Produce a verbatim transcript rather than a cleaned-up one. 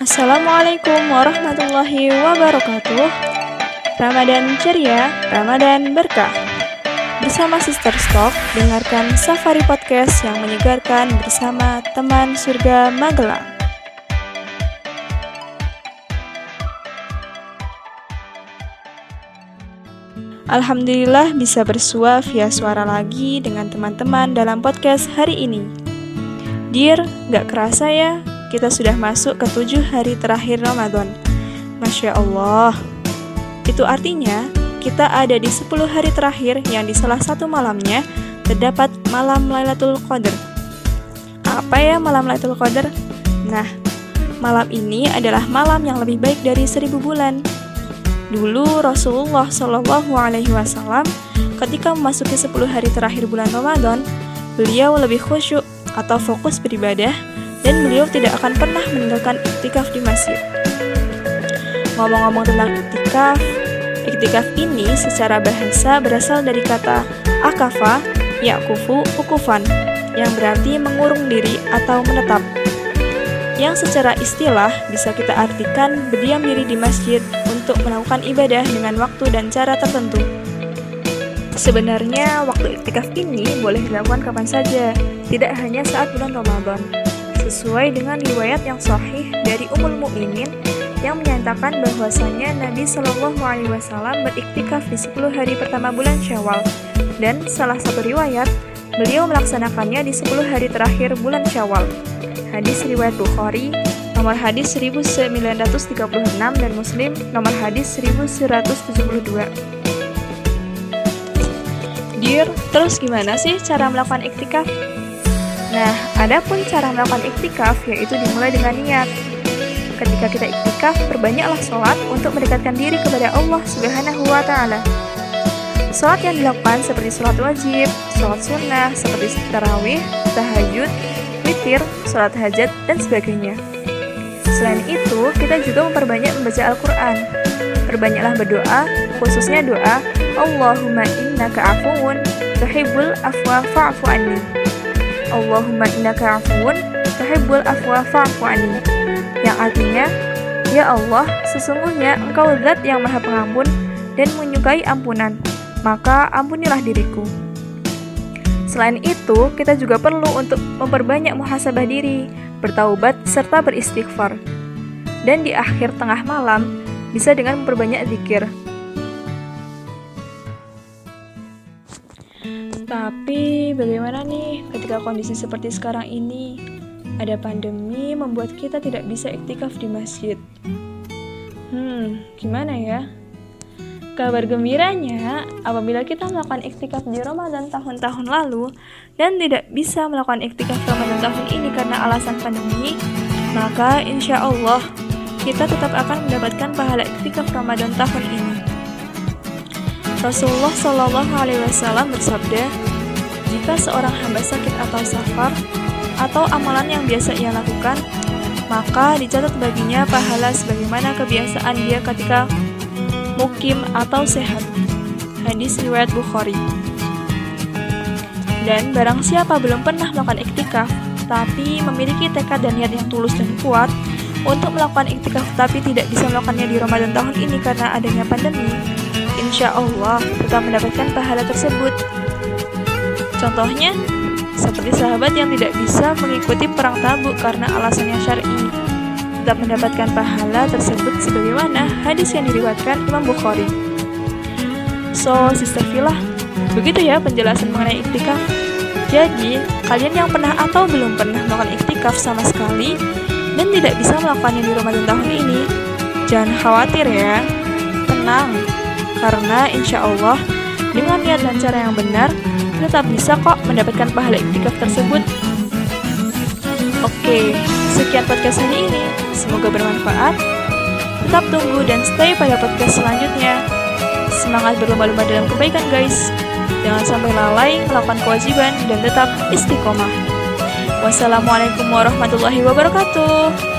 Assalamualaikum warahmatullahi wabarakatuh. Ramadan ceria, Ramadan berkah. Bersama Sister Stock, dengarkan Safari Podcast yang menyegarkan bersama teman surga Magelang. Alhamdulillah bisa bersua via suara lagi dengan teman-teman dalam podcast hari ini. Dear, gak kerasa ya, kita sudah masuk ke tujuh hari terakhir Ramadan. Masya Allah. Itu artinya, kita ada di sepuluh hari terakhir yang di salah satu malamnya terdapat malam Lailatul Qadar. Apa ya malam Lailatul Qadar? Nah, malam ini adalah malam yang lebih baik dari seribu bulan. Dulu Rasulullah shallallahu alaihi wasallam ketika memasuki sepuluh hari terakhir bulan Ramadan, beliau lebih khusyuk atau fokus beribadah dan beliau tidak akan pernah meninggalkan iktikaf di masjid. Ngomong-ngomong tentang iktikaf, iktikaf ini secara bahasa berasal dari kata akafa, yakufu, ukufan, yang berarti mengurung diri atau menetap. Yang secara istilah bisa kita artikan berdiam diri di masjid untuk melakukan ibadah dengan waktu dan cara tertentu. Sebenarnya waktu iktikaf ini boleh dilakukan kapan saja, tidak hanya saat bulan Ramadan. Sesuai dengan riwayat yang sahih dari Ummul Mukminin yang menyatakan bahwasanya Nabi Shallallahu Alaihi Wasallam beriktikaf di sepuluh hari pertama bulan Syawal, dan salah satu riwayat beliau melaksanakannya di sepuluh hari terakhir bulan Syawal. Hadis riwayat Bukhari nomor hadis seribu sembilan ratus tiga puluh enam dan Muslim nomor hadis seribu seratus tujuh puluh dua. Dear, terus gimana sih cara melakukan iktikaf? Nah, adapun cara melakukan iktikaf yaitu dimulai dengan niat. Ketika kita iktikaf, perbanyaklah sholat untuk mendekatkan diri kepada Allah Subhanahu wa Ta'ala. Sholat yang dilakukan seperti sholat wajib, sholat sunnah seperti tarawih, tahajud, witir, sholat hajat, dan sebagainya. Selain itu, kita juga memperbanyak membaca Al-Quran. Perbanyaklah berdoa, khususnya doa Allahumma innaka afuwun tuhibbul afwa fa'fu anni. Allahumma innaka afuwun tuhibbul afwa fa'fu anni, yang artinya, ya Allah, sesungguhnya Engkau zat yang maha pengampun dan menyukai ampunan, maka ampunilah diriku. Selain itu, kita juga perlu untuk memperbanyak muhasabah diri, bertaubat, serta beristighfar. Dan di akhir tengah malam, bisa dengan memperbanyak zikir. Tapi, bagaimana nih ketika kondisi seperti sekarang ini? Ada pandemi membuat kita tidak bisa iktikaf di masjid. Hmm, gimana ya? Kabar gembiranya, apabila kita melakukan iktikaf di Ramadan tahun-tahun lalu dan tidak bisa melakukan iktikaf Ramadan tahun ini karena alasan pandemi, maka insya Allah kita tetap akan mendapatkan pahala iktikaf Ramadan tahun ini. Rasulullah shallallahu alaihi wasallam bersabda, jika seorang hamba sakit atau safar atau amalan yang biasa ia lakukan, maka dicatat baginya pahala sebagaimana kebiasaan dia ketika mukim atau sehat. Hadis riwayat Bukhari. Dan barang siapa belum pernah melakukan iktikaf, tapi memiliki tekad dan niat yang tulus dan kuat untuk melakukan iktikaf tapi tidak bisa melakukannya di Ramadan tahun ini karena adanya pandemi, insya Allah tetap mendapatkan pahala tersebut. Contohnya, seperti sahabat yang tidak bisa mengikuti perang Tabuk karena alasannya syar'i, tetap mendapatkan pahala tersebut sebagaimana hadis yang diriwayatkan Imam Bukhari. So, Sister Villa, begitu ya penjelasan mengenai iktikaf. Jadi, kalian yang pernah atau belum pernah melakukan iktikaf sama sekali dan tidak bisa melakukannya di Ramadan tahun ini, jangan khawatir ya, tenang, karena insya Allah dengan niat dan cara yang benar, tetap bisa kok mendapatkan pahala iktikaf tersebut. Oke, sekian podcast hari ini. Semoga bermanfaat. Tetap tunggu dan stay pada podcast selanjutnya. Semangat berlomba-lomba dalam kebaikan guys. Jangan sampai lalai melakukan kewajiban dan tetap istiqomah. Wassalamualaikum warahmatullahi wabarakatuh.